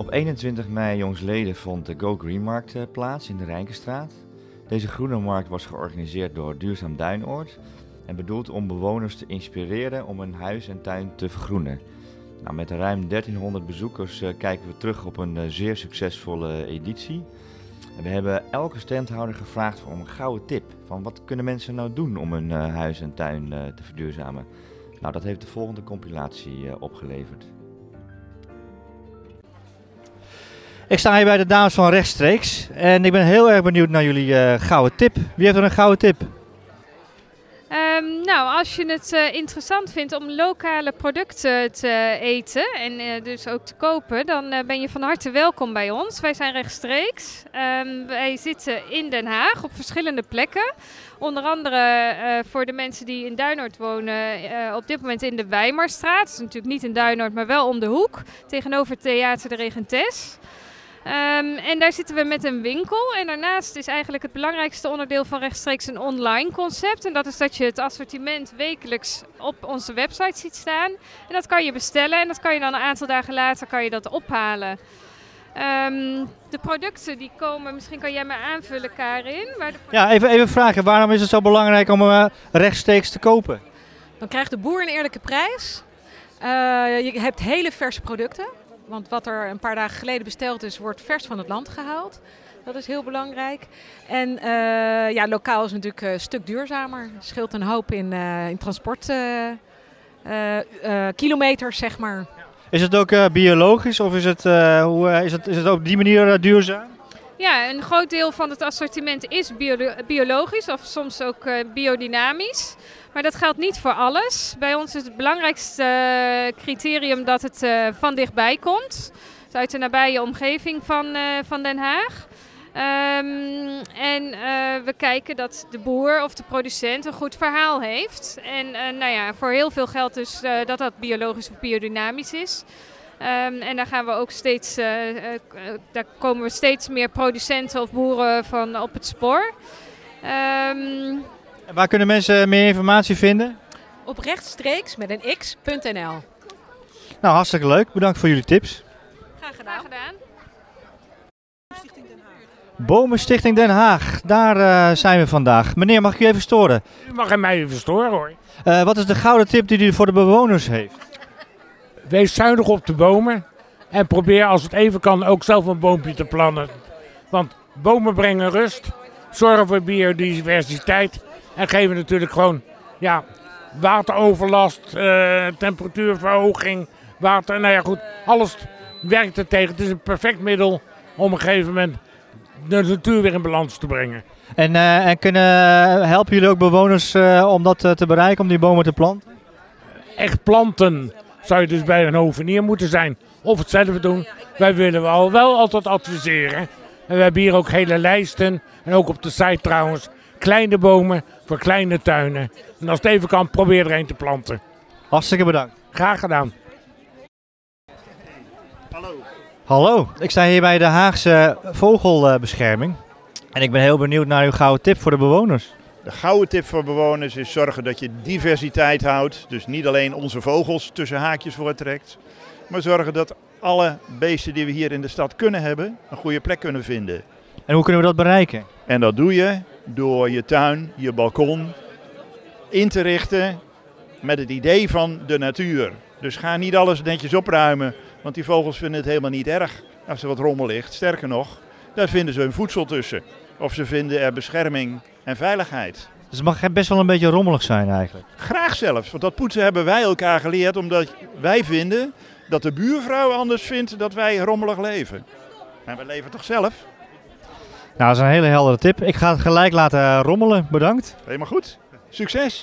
Op 21 mei jongsleden vond de Go Green Markt plaats in de Rijnkenstraat. Deze groene markt was georganiseerd door Duurzaam Duinoord en bedoeld om bewoners te inspireren om hun huis en tuin te vergroenen. Nou, met ruim 1300 bezoekers kijken we terug op een zeer succesvolle editie. En we hebben elke standhouder gevraagd om een gouden tip. Van wat kunnen mensen nou doen om hun huis en tuin te verduurzamen? Nou, dat heeft de volgende compilatie opgeleverd. Ik sta hier bij de dames van Rechtstreeks en ik ben heel erg benieuwd naar jullie gouden tip. Wie heeft er een gouden tip? Nou, als je het interessant vindt om lokale producten te eten en dus ook te kopen, dan ben je van harte welkom bij ons. Wij zijn Rechtstreeks. Wij zitten in Den Haag op verschillende plekken. Onder andere voor de mensen die in Duinoord wonen, op dit moment in de Weimarstraat. Dat is natuurlijk niet in Duinoord, maar wel om de hoek, tegenover het Theater de Regentes. En daar zitten we met een winkel. En daarnaast is eigenlijk het belangrijkste onderdeel van Rechtstreeks een online concept. En dat is dat je het assortiment wekelijks op onze website ziet staan. En dat kan je bestellen en dat kan je dan een aantal dagen later kan je dat ophalen. De producten die komen, misschien kan jij me aanvullen, Karin. Ja, even vragen. Waarom is het zo belangrijk om rechtstreeks te kopen? Dan krijgt de boer een eerlijke prijs. Je hebt hele verse producten. Want wat er een paar dagen geleden besteld is, wordt vers van het land gehaald. Dat is heel belangrijk. En lokaal is natuurlijk een stuk duurzamer. Scheelt een hoop in transportkilometers, zeg maar. Is het ook biologisch of is het op die manier duurzaam? Ja, een groot deel van het assortiment is biologisch of soms ook biodynamisch. Maar dat geldt niet voor alles. Bij ons is het belangrijkste criterium dat het van dichtbij komt. Dus uit de nabije omgeving van Den Haag. We kijken dat de boer of de producent een goed verhaal heeft. En voor heel veel geldt dus dat biologisch of biodynamisch is. En daar gaan we ook daar komen we steeds meer producenten of boeren van op het spoor. Waar kunnen mensen meer informatie vinden? Op rechtstreeks met een x.nl. Nou, hartstikke leuk. Bedankt voor jullie tips. Graag gedaan. Bomenstichting Den Haag, daar zijn we vandaag. Meneer, mag ik u even storen? U mag mij even storen, hoor. Wat is de gouden tip die u voor de bewoners heeft? Wees zuinig op de bomen en probeer als het even kan ook zelf een boompje te planten. Want bomen brengen rust, zorgen voor biodiversiteit en geven natuurlijk gewoon wateroverlast, temperatuurverhoging, alles werkt er tegen. Het is een perfect middel om op een gegeven moment de natuur weer in balans te brengen. En helpen jullie ook bewoners om dat te bereiken, om die bomen te planten? Echt planten zou je dus bij een hovenier moeten zijn. Of het zelf doen. Wij willen wel altijd adviseren. En we hebben hier ook hele lijsten. En ook op de site trouwens. Kleine bomen voor kleine tuinen. En als het even kan, probeer er een te planten. Hartstikke bedankt. Graag gedaan. Hallo, ik sta hier bij de Haagse Vogelbescherming. En ik ben heel benieuwd naar uw gouden tip voor de bewoners. De gouden tip voor bewoners is zorgen dat je diversiteit houdt. Dus niet alleen onze vogels tussen haakjes voortrekt. Maar zorgen dat alle beesten die we hier in de stad kunnen hebben, een goede plek kunnen vinden. En hoe kunnen we dat bereiken? En dat doe je door je tuin, je balkon in te richten met het idee van de natuur. Dus ga niet alles netjes opruimen, want die vogels vinden het helemaal niet erg als er wat rommel ligt. Sterker nog, daar vinden ze hun voedsel tussen. Of ze vinden er bescherming en veiligheid. Dus het mag best wel een beetje rommelig zijn eigenlijk. Graag zelfs, want dat poetsen hebben wij elkaar geleerd omdat wij vinden dat de buurvrouw anders vindt dat wij rommelig leven. En we leven toch zelf? Nou, dat is een hele heldere tip. Ik ga het gelijk laten rommelen. Bedankt. Helemaal goed. Succes!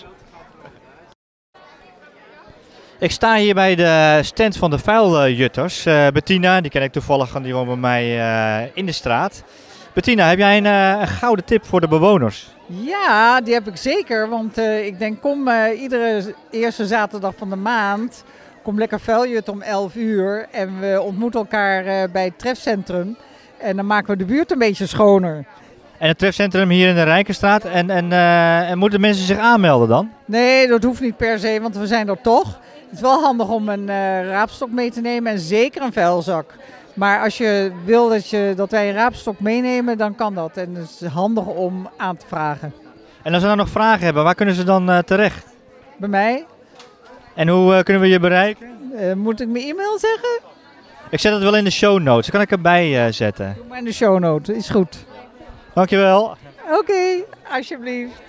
Ik sta hier bij de stand van de vuiljutters. Bettina, die ken ik toevallig, die woont bij mij in de straat. Bettina, heb jij een gouden tip voor de bewoners? Ja, die heb ik zeker. Want ik denk, kom iedere eerste zaterdag van de maand. Kom lekker vuiljutten om 11 uur. En we ontmoeten elkaar bij het trefcentrum. En dan maken we de buurt een beetje schoner. En het trefcentrum hier in de Rijkenstraat. En moeten mensen zich aanmelden dan? Nee, dat hoeft niet per se, want we zijn er toch. Het is wel handig om een raapstok mee te nemen en zeker een vuilzak. Maar als je wil dat wij een raapstok meenemen, dan kan dat. En het is handig om aan te vragen. En als ze dan nog vragen hebben, waar kunnen ze dan terecht? Bij mij? En hoe kunnen we je bereiken? Moet ik mijn e-mail zeggen? Ik zet het wel in de show notes. Dan kan ik erbij zetten. Doe maar in de show notes, is goed. Dankjewel. Oké, alsjeblieft.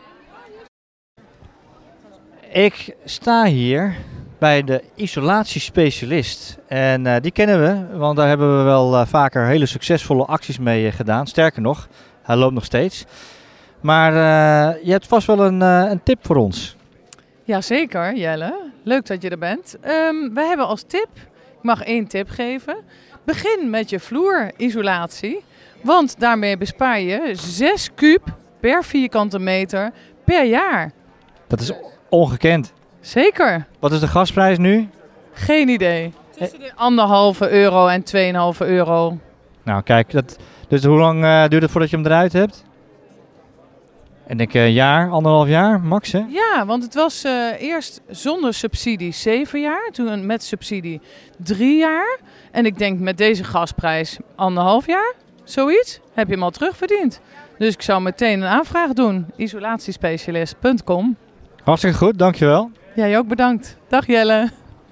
Ik sta hier bij de isolatiespecialist. En die kennen we, want daar hebben we wel vaker hele succesvolle acties mee gedaan. Sterker nog, hij loopt nog steeds. Maar je hebt vast wel een tip voor ons. Jazeker, Jelle. Leuk dat je er bent. We hebben als tip, ik mag 1 tip geven. Begin met je vloerisolatie. Want daarmee bespaar je 6 kuub per vierkante meter per jaar. Dat is ongekend. Zeker. Wat is de gasprijs nu? Geen idee. Tussen de €1,5 en €2,5. Nou kijk, dus hoe lang duurt het voordat je hem eruit hebt? En denk een jaar, 1,5 jaar max hè? Ja, want het was eerst zonder subsidie 7 jaar. Toen met subsidie 3 jaar. En ik denk met deze gasprijs 1,5 jaar. Zoiets. Heb je hem al terugverdiend. Dus ik zou meteen een aanvraag doen. Isolatiespecialist.com. Hartstikke goed, dankjewel. Jij ook bedankt. Dag Jelle.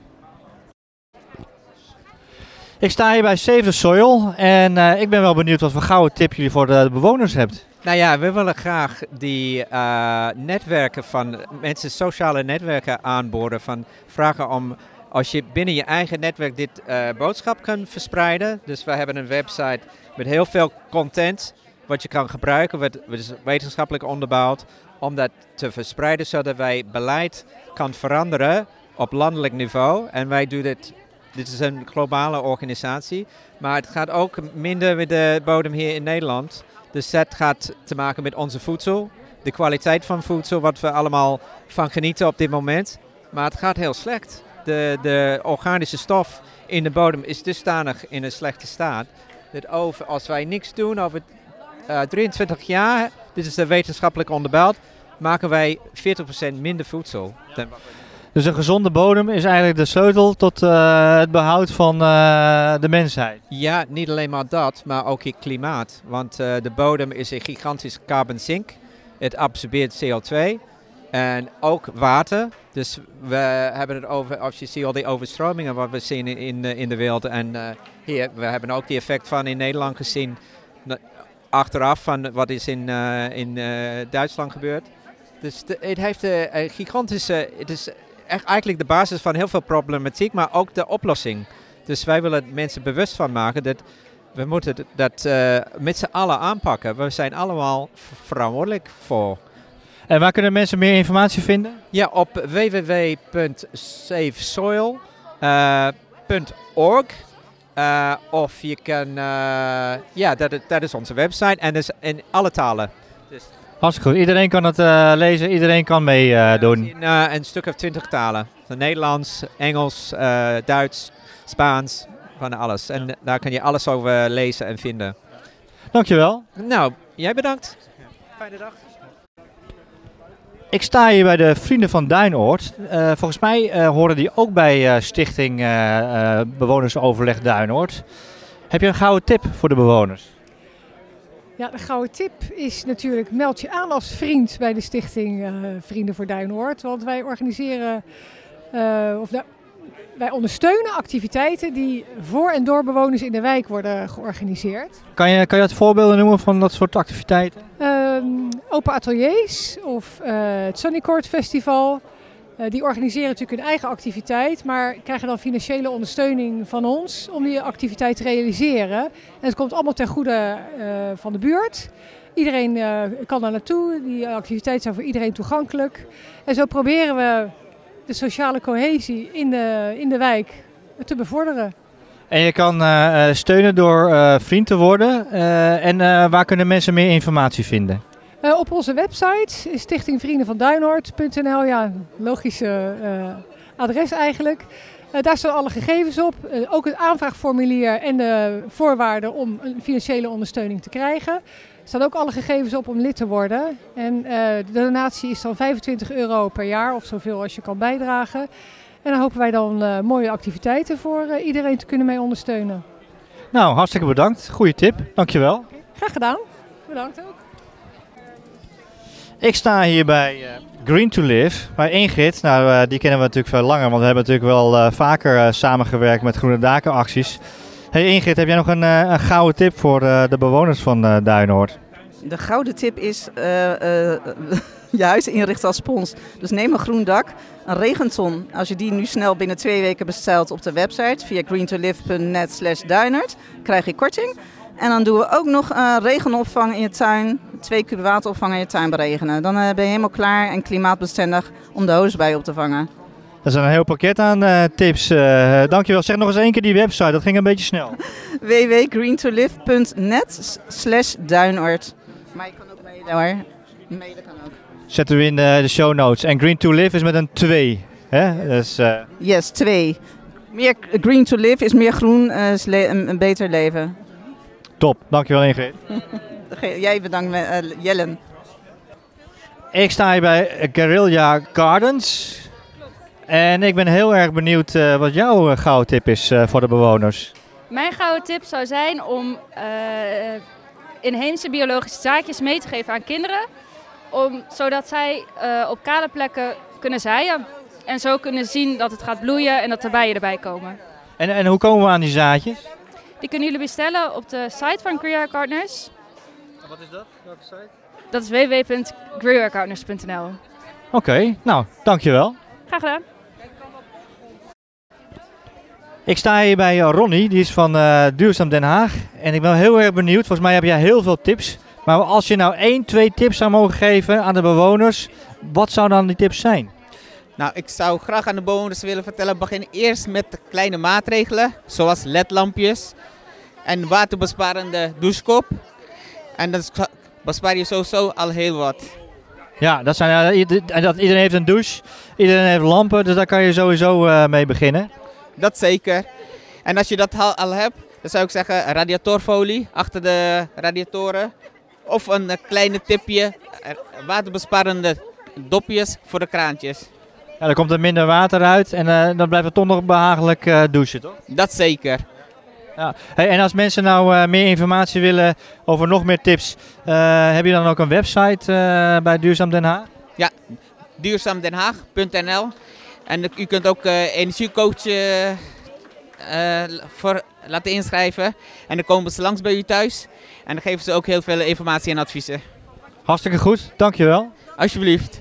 Ik sta hier bij Save the Soil en ik ben wel benieuwd wat voor gouden tip jullie voor de bewoners hebt. Nou ja, we willen graag die netwerken van mensen, sociale netwerken aanboden. Van vragen om, als je binnen je eigen netwerk dit boodschap kan verspreiden. Dus we hebben een website met heel veel content wat je kan gebruiken, wat is wetenschappelijk onderbouwd. Om dat te verspreiden, zodat wij beleid kan veranderen op landelijk niveau. En wij doen dit is een globale organisatie. Maar het gaat ook minder met de bodem hier in Nederland. Dus dat gaat te maken met onze voedsel. De kwaliteit van voedsel, wat we allemaal van genieten op dit moment. Maar het gaat heel slecht. De organische stof in de bodem is dusdanig in een slechte staat. Dat als wij niks doen over 23 jaar, dit is wetenschappelijk onderbouwd, maken wij 40% minder voedsel. Dus een gezonde bodem is eigenlijk de sleutel tot het behoud van de mensheid. Ja, niet alleen maar dat, maar ook het klimaat. Want de bodem is een gigantisch carbon sink. Het absorbeert CO2 en ook water. Dus we hebben het over, als je ziet al die overstromingen wat we zien in de wereld. En hier, we hebben ook die effect van in Nederland gezien. Achteraf van wat is in Duitsland gebeurd. Dus het heeft een gigantische, het is echt eigenlijk de basis van heel veel problematiek, maar ook de oplossing. Dus wij willen mensen bewust van maken dat we moeten dat met z'n allen aanpakken. We zijn allemaal verantwoordelijk voor. En waar kunnen mensen meer informatie vinden? Ja, op www.savesoil.org. Of je kan, dat is onze website en dat is in alle talen. Dus hartstikke goed. Iedereen kan het lezen, iedereen kan meedoen. in een stuk of 20 talen. Nederlands, Engels, Duits, Spaans, van alles. En daar kan je alles over lezen en vinden. Dankjewel. Nou, jij bedankt. Fijne dag. Ik sta hier bij de Vrienden van Duinoord. Volgens mij horen die ook bij Stichting Bewonersoverleg Duinoord. Heb je een gouden tip voor de bewoners? Ja, de gouden tip is natuurlijk meld je aan als vriend bij de Stichting Vrienden voor Duinoord. Want wij organiseren, wij ondersteunen activiteiten die voor en door bewoners in de wijk worden georganiseerd. Kan je wat voorbeelden noemen van dat soort activiteiten? Open ateliers of het Sunnycourt Festival. Die organiseren natuurlijk hun eigen activiteit, maar krijgen dan financiële ondersteuning van ons om die activiteit te realiseren. En het komt allemaal ten goede van de buurt. Iedereen kan daar naartoe, die activiteiten zijn voor iedereen toegankelijk. En zo proberen we de sociale cohesie in de wijk te bevorderen. En je kan steunen door vriend te worden. En waar kunnen mensen meer informatie vinden? Op onze website is stichtingvriendenvanduinoord.nl. Ja, een logische adres eigenlijk. Daar staan alle gegevens op. Ook het aanvraagformulier en de voorwaarden om een financiële ondersteuning te krijgen. Er staan ook alle gegevens op om lid te worden. En de donatie is dan €25 per jaar of zoveel als je kan bijdragen. En dan hopen wij dan mooie activiteiten voor iedereen te kunnen mee ondersteunen. Nou, hartstikke bedankt. Goeie tip. Dankjewel. Graag gedaan. Bedankt ook. Ik sta hier bij Green to Live, bij Ingrid. Nou, die kennen we natuurlijk veel langer, want we hebben natuurlijk wel vaker samengewerkt met Groene Dakenacties. Hey Ingrid, heb jij nog een gouden tip voor de bewoners van Duinoord? De gouden tip is je huis inrichten als spons. Dus neem een groen dak, een regenton. Als je die nu snel binnen 2 weken bestelt op de website via greentolive.net/Duinert, krijg je korting. En dan doen we ook nog regenopvang in je tuin, 2 kuub wateropvang in je tuin beregenen. Dan ben je helemaal klaar en klimaatbestendig om de hoosbui op te vangen. Dat is een heel pakket aan tips. Dankjewel. Zeg nog eens 1 keer die website, dat ging een beetje snel. www.greentolive.net/Duinort. Maar je kan ook mailen hoor. Mailen kan ook. Zetten we in de show notes. En Green to Live is met een 2. Hè? Dus, Yes, 2. Meer green to live is meer groen, is een beter leven. Top, dankjewel Ingrid. Jij bedankt Jellen. Ik sta hier bij Guerrilla Gardens. En ik ben heel erg benieuwd wat jouw gouden tip is voor de bewoners. Mijn gouden tip zou zijn om inheemse biologische zaadjes mee te geven aan kinderen. Zodat zij op kale plekken kunnen zaaien. En zo kunnen zien dat het gaat bloeien en dat de bijen erbij komen. En hoe komen we aan die zaadjes? Die kunnen jullie bestellen op de site van Guerrilla Gardeners. Wat is dat? Welke site? Dat is www.guerrillagardeners.nl. Oké, nou, dankjewel. Graag gedaan. Ik sta hier bij Ronnie, die is van Duurzaam Den Haag. En ik ben heel erg benieuwd, volgens mij heb jij heel veel tips. Maar als je nou 1, 2 tips zou mogen geven aan de bewoners, wat zouden dan die tips zijn? Nou, ik zou graag aan de bewoners willen vertellen, begin eerst met de kleine maatregelen, zoals ledlampjes en waterbesparende douchekop. En dan bespaar je sowieso al heel wat. Ja, iedereen heeft een douche, iedereen heeft lampen, dus daar kan je sowieso mee beginnen. Dat zeker. En als je dat al hebt, dan zou ik zeggen radiatorfolie achter de radiatoren. Of een kleine tipje waterbesparende dopjes voor de kraantjes. Ja, dan komt er minder water uit en dan blijft het toch nog behagelijk douchen, toch? Dat zeker. Ja. Hey, en als mensen nou meer informatie willen over nog meer tips, heb je dan ook een website bij Duurzaam Den Haag? Ja, duurzaamdenhaag.nl. En u kunt ook energiecoach voor laten inschrijven. En dan komen ze langs bij u thuis. En dan geven ze ook heel veel informatie en adviezen. Hartstikke goed, dankjewel. Alsjeblieft.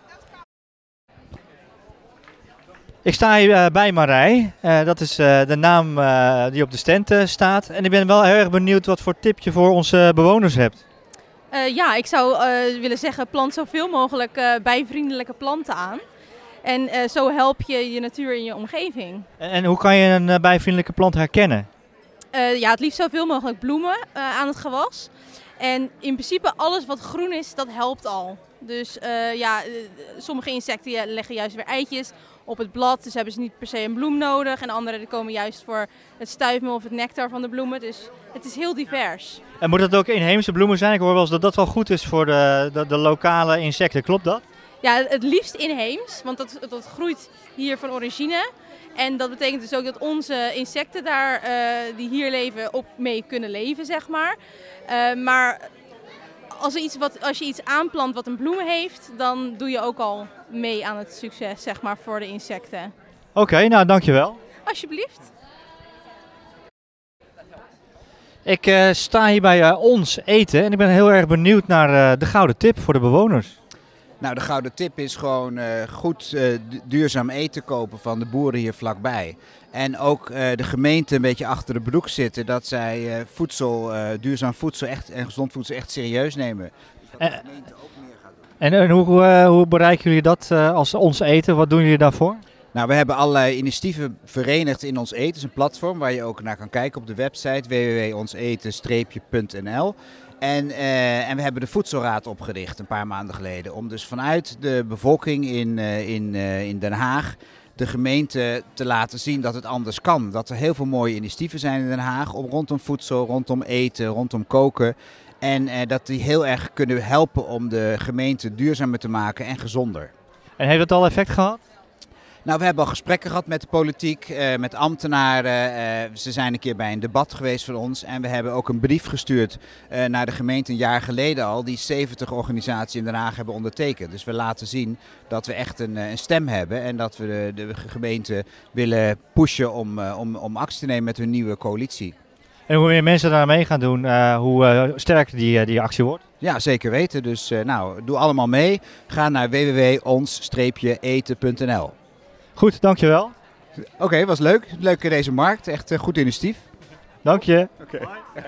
Ik sta hier bij Marij. Dat is de naam die op de stand staat. En ik ben wel heel erg benieuwd wat voor tip je voor onze bewoners hebt. Ja, ik zou willen zeggen, plant zoveel mogelijk bijvriendelijke planten aan. En zo help je je natuur in je omgeving. En hoe kan je een bijvriendelijke plant herkennen? Ja, het liefst zoveel mogelijk bloemen aan het gewas. En in principe alles wat groen is, dat helpt al. Dus sommige insecten leggen juist weer eitjes op het blad. Dus hebben ze niet per se een bloem nodig. En andere komen juist voor het stuifmeel of het nectar van de bloemen. Dus het is heel divers. En moet dat ook inheemse bloemen zijn? Ik hoor wel eens dat dat wel goed is voor de lokale insecten. Klopt dat? Ja, het liefst inheems. Want dat groeit hier van origine. En dat betekent dus ook dat onze insecten daar, die hier leven, op mee kunnen leven, zeg maar. Maar als je iets aanplant wat een bloem heeft, dan doe je ook al mee aan het succes, zeg maar, voor de insecten. Oké, nou dankjewel. Alsjeblieft. Ik sta hier bij Ons Eten en ik ben heel erg benieuwd naar de gouden tip voor de bewoners. Nou, de gouden tip is gewoon goed duurzaam eten kopen van de boeren hier vlakbij. En ook de gemeente een beetje achter de broek zitten dat zij duurzaam voedsel en gezond voedsel echt serieus nemen. Dus dat de gemeente ook meer gaat doen. En hoe bereiken jullie dat als Ons Eten? Wat doen jullie daarvoor? Nou, we hebben allerlei initiatieven verenigd in Ons Eten. Het is een platform waar je ook naar kan kijken op de website www.onseten-nl. En we hebben de Voedselraad opgericht een paar maanden geleden. Om dus vanuit de bevolking in Den Haag de gemeente te laten zien dat het anders kan. Dat er heel veel mooie initiatieven zijn in Den Haag rondom voedsel, rondom eten, rondom koken. En dat die heel erg kunnen helpen om de gemeente duurzamer te maken en gezonder. En heeft dat al effect gehad? Nou, we hebben al gesprekken gehad met de politiek, met ambtenaren. Ze zijn een keer bij een debat geweest van ons. En we hebben ook een brief gestuurd naar de gemeente een jaar geleden al. Die 70 organisaties in Den Haag hebben ondertekend. Dus we laten zien dat we echt een stem hebben. En dat we de gemeente willen pushen om actie te nemen met hun nieuwe coalitie. En hoe meer mensen daar mee gaan doen, hoe sterker die actie wordt? Ja, zeker weten. Dus doe allemaal mee. Ga naar www.ons-eten.nl. Goed, dankjewel. Oké, was leuk. Leuk in deze markt. Echt goed initiatief. Dank je. Okay.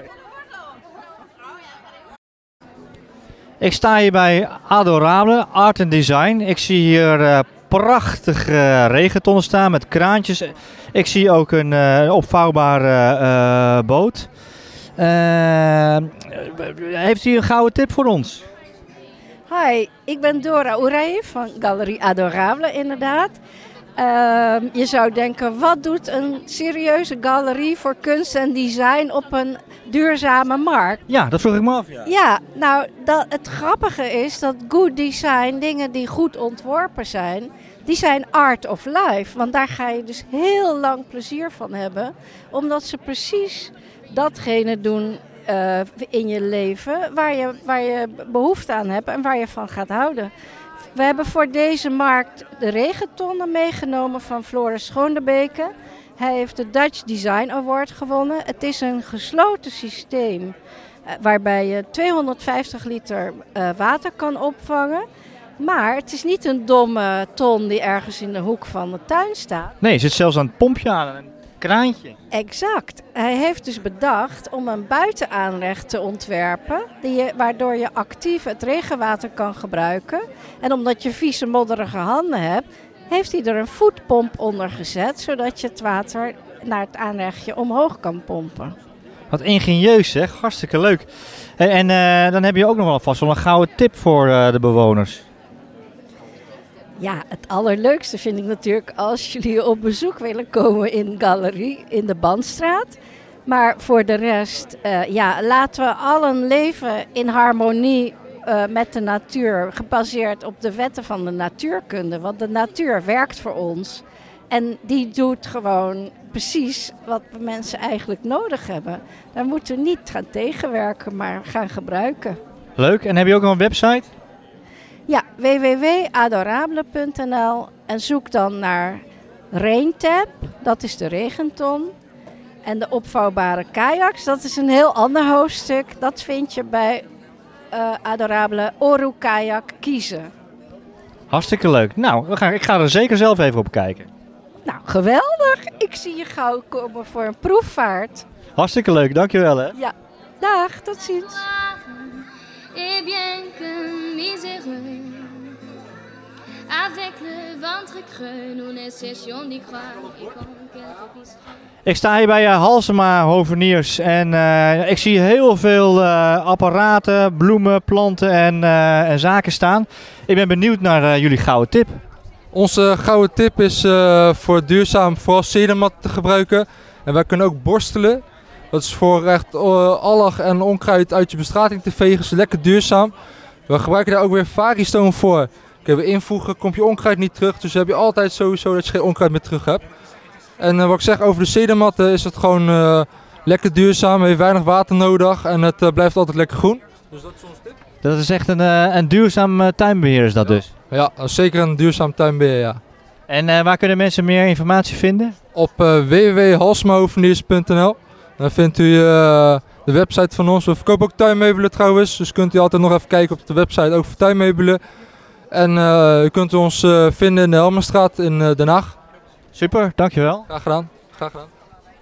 Ik sta hier bij Adorable Art & Design. Ik zie hier prachtige regentonnen staan met kraantjes. Ik zie ook een opvouwbare boot. Heeft u een gouden tip voor ons? Hi, ik ben Dora Oeraye van Galerie Adorable inderdaad. Je zou denken, wat doet een serieuze galerie voor kunst en design op een duurzame markt? Ja, dat vroeg ik me af. Ja, nou, het grappige is dat good design, dingen die goed ontworpen zijn, die zijn art of life. Want daar ga je dus heel lang plezier van hebben, omdat ze precies datgene doen in je leven waar je behoefte aan hebt en waar je van gaat houden. We hebben voor deze markt de regentonnen meegenomen van Floris Schoonderbeke. Hij heeft de Dutch Design Award gewonnen. Het is een gesloten systeem waarbij je 250 liter water kan opvangen. Maar het is niet een domme ton die ergens in de hoek van de tuin staat. Nee, er zit zelfs een pompje aan, een kraantje. Exact. Hij heeft dus bedacht om een buitenaanleg te ontwerpen, waardoor je actief het regenwater kan gebruiken. En omdat je vieze, modderige handen hebt, heeft hij er een voetpomp onder gezet, zodat je het water naar het aanlegje omhoog kan pompen. Wat ingenieus zeg, hartstikke leuk. En dan heb je ook nog wel vast wel een gouden tip voor de bewoners. Ja, het allerleukste vind ik natuurlijk als jullie op bezoek willen komen in de galerie in de Bandstraat. Maar voor de rest, laten we allen leven in harmonie met de natuur, gebaseerd op de wetten van de natuurkunde. Want de natuur werkt voor ons en die doet gewoon precies wat we mensen eigenlijk nodig hebben. Daar moeten we niet gaan tegenwerken, maar gaan gebruiken. Leuk, en heb je ook nog een website? Ja, www.adorable.nl en zoek dan naar Raintap, dat is de regenton. En de opvouwbare kayaks, dat is een heel ander hoofdstuk. Dat vind je bij Adorable Oru Kayak kiezen. Hartstikke leuk. Nou, ik ga er zeker zelf even op kijken. Nou, geweldig. Ik zie je gauw komen voor een proefvaart. Hartstikke leuk, dankjewel hè. Ja, dag, tot ziens. Et bien que miséreux, avec le ventre creux, nous ne cessions d'y croire. Et quand quelques pisserons. Ik sta hier bij Halsema Hoveniers en ik zie heel veel apparaten, bloemen, planten en zaken staan. Ik ben benieuwd naar jullie gouden tip. Onze gouden tip is voor duurzaam vooral cedermat te gebruiken. En wij kunnen ook borstelen. Dat is voor echt allig en onkruid uit je bestrating te vegen. Is lekker duurzaam. We gebruiken daar ook weer Varistoom voor. Kun je invoegen, komt je onkruid niet terug. Dus heb je altijd sowieso dat je geen onkruid meer terug hebt. En wat ik zeg over de cedermatten is het gewoon lekker duurzaam. Heeft weinig water nodig en het blijft altijd lekker groen. Dus dat is ons tip. Dat is echt een duurzaam tuinbeheer is dat dus? Ja, zeker een duurzaam tuinbeheer, ja. En waar kunnen mensen meer informatie vinden? Op www.halsemahoveniers.nl. Dan vindt u de website van ons. We verkopen ook tuinmeubelen trouwens. Dus kunt u altijd nog even kijken op de website, ook voor tuinmeubelen. En u kunt ons vinden in de Helmerstraat in Den Haag. Super, dankjewel. Graag gedaan. Graag gedaan.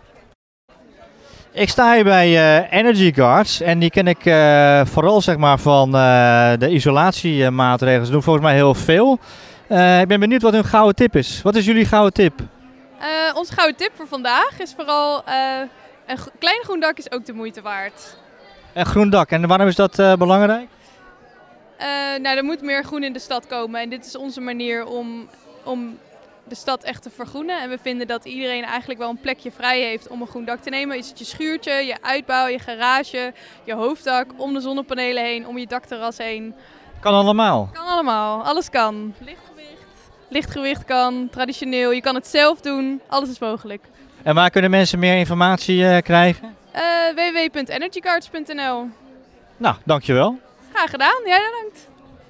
Ik sta hier bij Energy Guards en die ken ik vooral zeg maar, van de isolatiemaatregelen. Ze doen volgens mij heel veel. Ik ben benieuwd wat hun gouden tip is. Wat is jullie gouden tip? Onze gouden tip voor vandaag is vooral een klein groen dak is ook de moeite waard. Een groen dak, en waarom is dat belangrijk? Er moet meer groen in de stad komen en dit is onze manier om de stad echt te vergroenen. En we vinden dat iedereen eigenlijk wel een plekje vrij heeft om een groen dak te nemen. Is het je schuurtje, je uitbouw, je garage, je hoofddak, om de zonnepanelen heen, om je dakterras heen. Kan allemaal? Kan allemaal, alles kan. Lichtgewicht. lichtgewicht kan, traditioneel. Je kan het zelf doen, alles is mogelijk. En waar kunnen mensen meer informatie krijgen? www.energycards.nl. Nou, dankjewel. Graag gedaan, jij bedankt.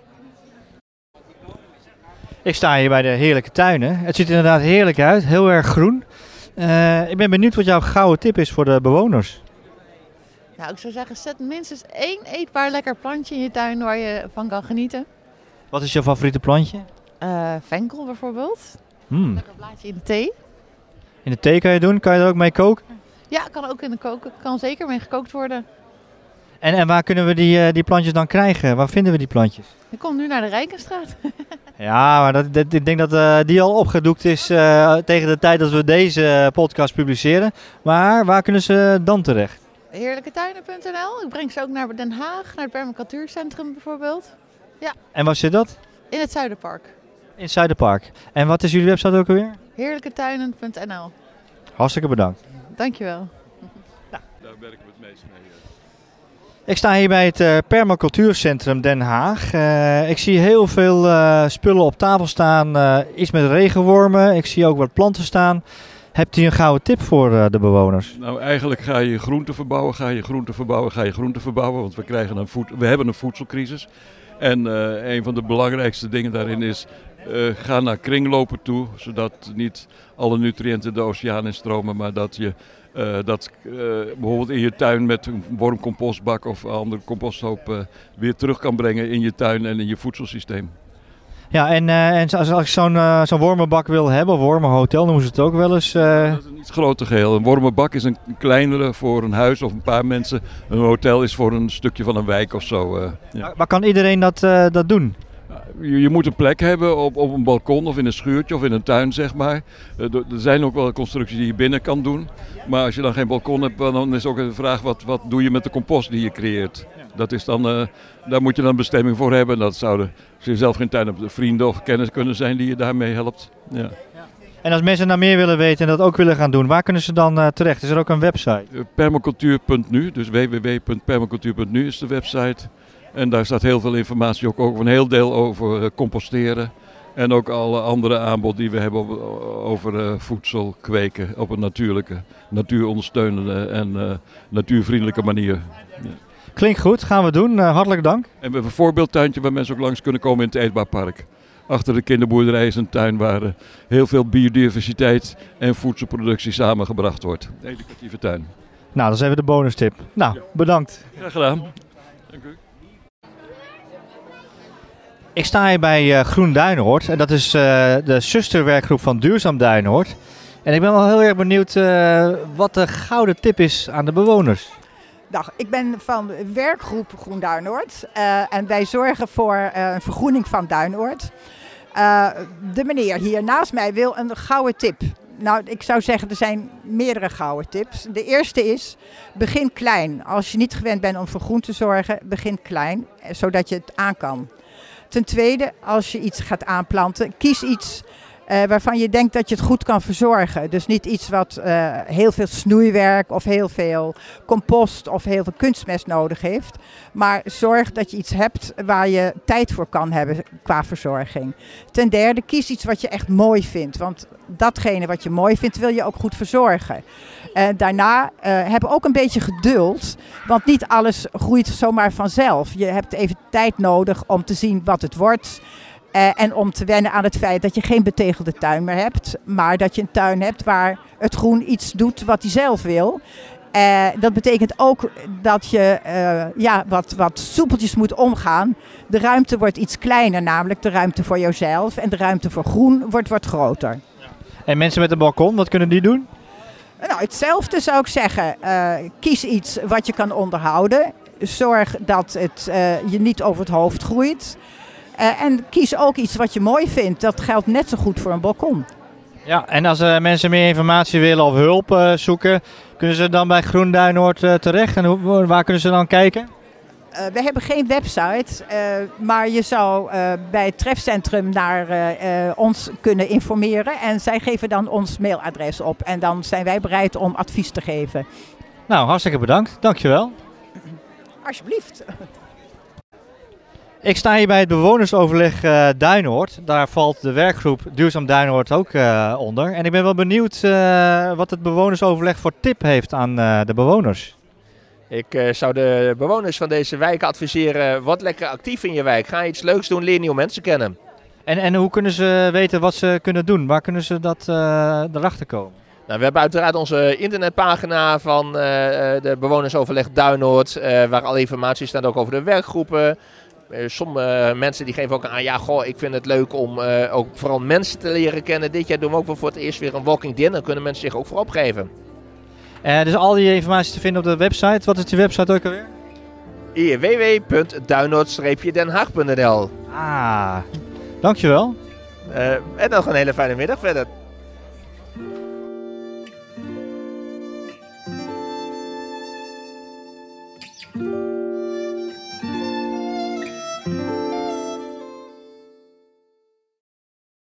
Ik sta hier bij de Heerlijke Tuinen. Het ziet er inderdaad heerlijk uit, heel erg groen. Ik ben benieuwd wat jouw gouden tip is voor de bewoners. Nou, ik zou zeggen, zet minstens 1 eetbaar lekker plantje in je tuin waar je van kan genieten. Wat is jouw favoriete plantje? Venkel bijvoorbeeld. Lekker blaadje in de thee. In de thee kan je doen, kan je er ook mee koken? Ja, kan ook in de koken. Kan zeker mee gekookt worden. En waar kunnen we die plantjes dan krijgen? Waar vinden we die plantjes? Je komt nu naar de Rijkenstraat. Ja, maar ik denk dat die al opgedoekt is tegen de tijd dat we deze podcast publiceren. Maar waar kunnen ze dan terecht? Heerlijketuinen.nl. Ik breng ze ook naar Den Haag, naar het Permacultuurcentrum bijvoorbeeld. Ja. En waar zit dat? In het Zuiderpark. In het Zuiderpark. En wat is jullie website ook alweer? Heerlijketuinen.nl. Hartstikke bedankt. Dankjewel. Daar werken we het meest mee. Ik sta hier bij het Permacultuurcentrum Den Haag. Ik zie heel veel spullen op tafel staan. Iets met regenwormen. Ik zie ook wat planten staan. Hebt u een gouden tip voor de bewoners? Nou, eigenlijk ga je groenten verbouwen, want we hebben een voedselcrisis. En een van de belangrijkste dingen daarin is, ga naar kringlopen toe, zodat niet alle nutriënten de oceaan instromen, maar dat je bijvoorbeeld in je tuin met een wormcompostbak of een andere composthoop weer terug kan brengen in je tuin en in je voedselsysteem. Ja, en als ik zo'n wormenbak wil hebben, of wormenhotel noemen ze het ook wel eens. Dat is een iets groter geheel. Een wormenbak is een kleinere voor een huis of een paar mensen. Een hotel is voor een stukje van een wijk of zo. Ja. Maar kan iedereen dat doen? Je moet een plek hebben op een balkon of in een schuurtje of in een tuin, zeg maar. Er zijn ook wel constructies die je binnen kan doen. Maar als je dan geen balkon hebt, dan is ook de vraag, wat doe je met de compost die je creëert? Dat is dan, daar moet je dan bestemming voor hebben. Dat zouden, als je zelf geen tuin hebt, vrienden of kennis kunnen zijn die je daarmee helpt. Ja. En als mensen nou meer willen weten en dat ook willen gaan doen, waar kunnen ze dan terecht? Is er ook een website? Permacultuur.nu, dus www.permacultuur.nu is de website. En daar staat heel veel informatie, ook over een heel deel over composteren. En ook alle andere aanbod die we hebben over voedsel kweken op een natuurlijke, natuurondersteunende en natuurvriendelijke manier. Ja. Klinkt goed, gaan we doen. Hartelijk dank. En we hebben een voorbeeldtuintje waar mensen ook langs kunnen komen in het Eetbaar Park. Achter de kinderboerderij is een tuin waar heel veel biodiversiteit en voedselproductie samengebracht wordt. Een educatieve tuin. Nou, dat is even de bonus tip. Nou, bedankt. Graag gedaan. Dank u. Ik sta hier bij Groen Duinoord en dat is de zusterwerkgroep van Duurzaam Duinoord. En ik ben wel heel erg benieuwd wat de gouden tip is aan de bewoners. Dag, ik ben van werkgroep Groen Duinoord en wij zorgen voor een vergroening van Duinoord. De meneer hier naast mij wil een gouden tip. Nou, ik zou zeggen, er zijn meerdere gouden tips. De eerste is, begin klein. Als je niet gewend bent om voor groen te zorgen, begin klein, zodat je het aan kan. Ten tweede, als je iets gaat aanplanten, kies iets waarvan je denkt dat je het goed kan verzorgen. Dus niet iets wat heel veel snoeiwerk of heel veel compost of heel veel kunstmest nodig heeft. Maar zorg dat je iets hebt waar je tijd voor kan hebben qua verzorging. Ten derde, kies iets wat je echt mooi vindt. Want datgene wat je mooi vindt wil je ook goed verzorgen. Daarna hebben ook een beetje geduld. Want niet alles groeit zomaar vanzelf. Je hebt even tijd nodig om te zien wat het wordt. En om te wennen aan het feit dat je geen betegelde tuin meer hebt. Maar dat je een tuin hebt waar het groen iets doet wat hij zelf wil. Dat betekent ook dat je wat soepeltjes moet omgaan. De ruimte wordt iets kleiner, namelijk de ruimte voor jouzelf. En de ruimte voor groen wordt wat groter. En mensen met een balkon, wat kunnen die doen? Nou, hetzelfde zou ik zeggen. Kies iets wat je kan onderhouden. Zorg dat het je niet over het hoofd groeit. En kies ook iets wat je mooi vindt. Dat geldt net zo goed voor een balkon. Ja, en als mensen meer informatie willen of hulp zoeken, kunnen ze dan bij Groen Duinoord terecht? En waar kunnen ze dan kijken? We hebben geen website, maar je zou bij het trefcentrum naar ons kunnen informeren. En zij geven dan ons mailadres op. En dan zijn wij bereid om advies te geven. Nou, hartstikke bedankt. Dankjewel. Alsjeblieft. Ik sta hier bij het bewonersoverleg Duinoord. Daar valt de werkgroep Duurzaam Duinoord ook onder. En ik ben wel benieuwd wat het bewonersoverleg voor tip heeft aan de bewoners. Ik zou de bewoners van deze wijk adviseren, word lekker actief in je wijk. Ga iets leuks doen, leer nieuwe mensen kennen. En hoe kunnen ze weten wat ze kunnen doen? Waar kunnen ze erachter komen? Nou, we hebben uiteraard onze internetpagina van de bewonersoverleg Duinoord, waar alle informatie staat ook over de werkgroepen. Sommige mensen die geven ook aan, ik vind het leuk om ook vooral mensen te leren kennen. Dit jaar doen we ook voor het eerst weer een walking dinner. Dan kunnen mensen zich ook voor opgeven. Dus al die informatie te vinden op de website. Wat is die website ook alweer? www.duinoord-denhaag.nl. Dankjewel. En nog een hele fijne middag verder.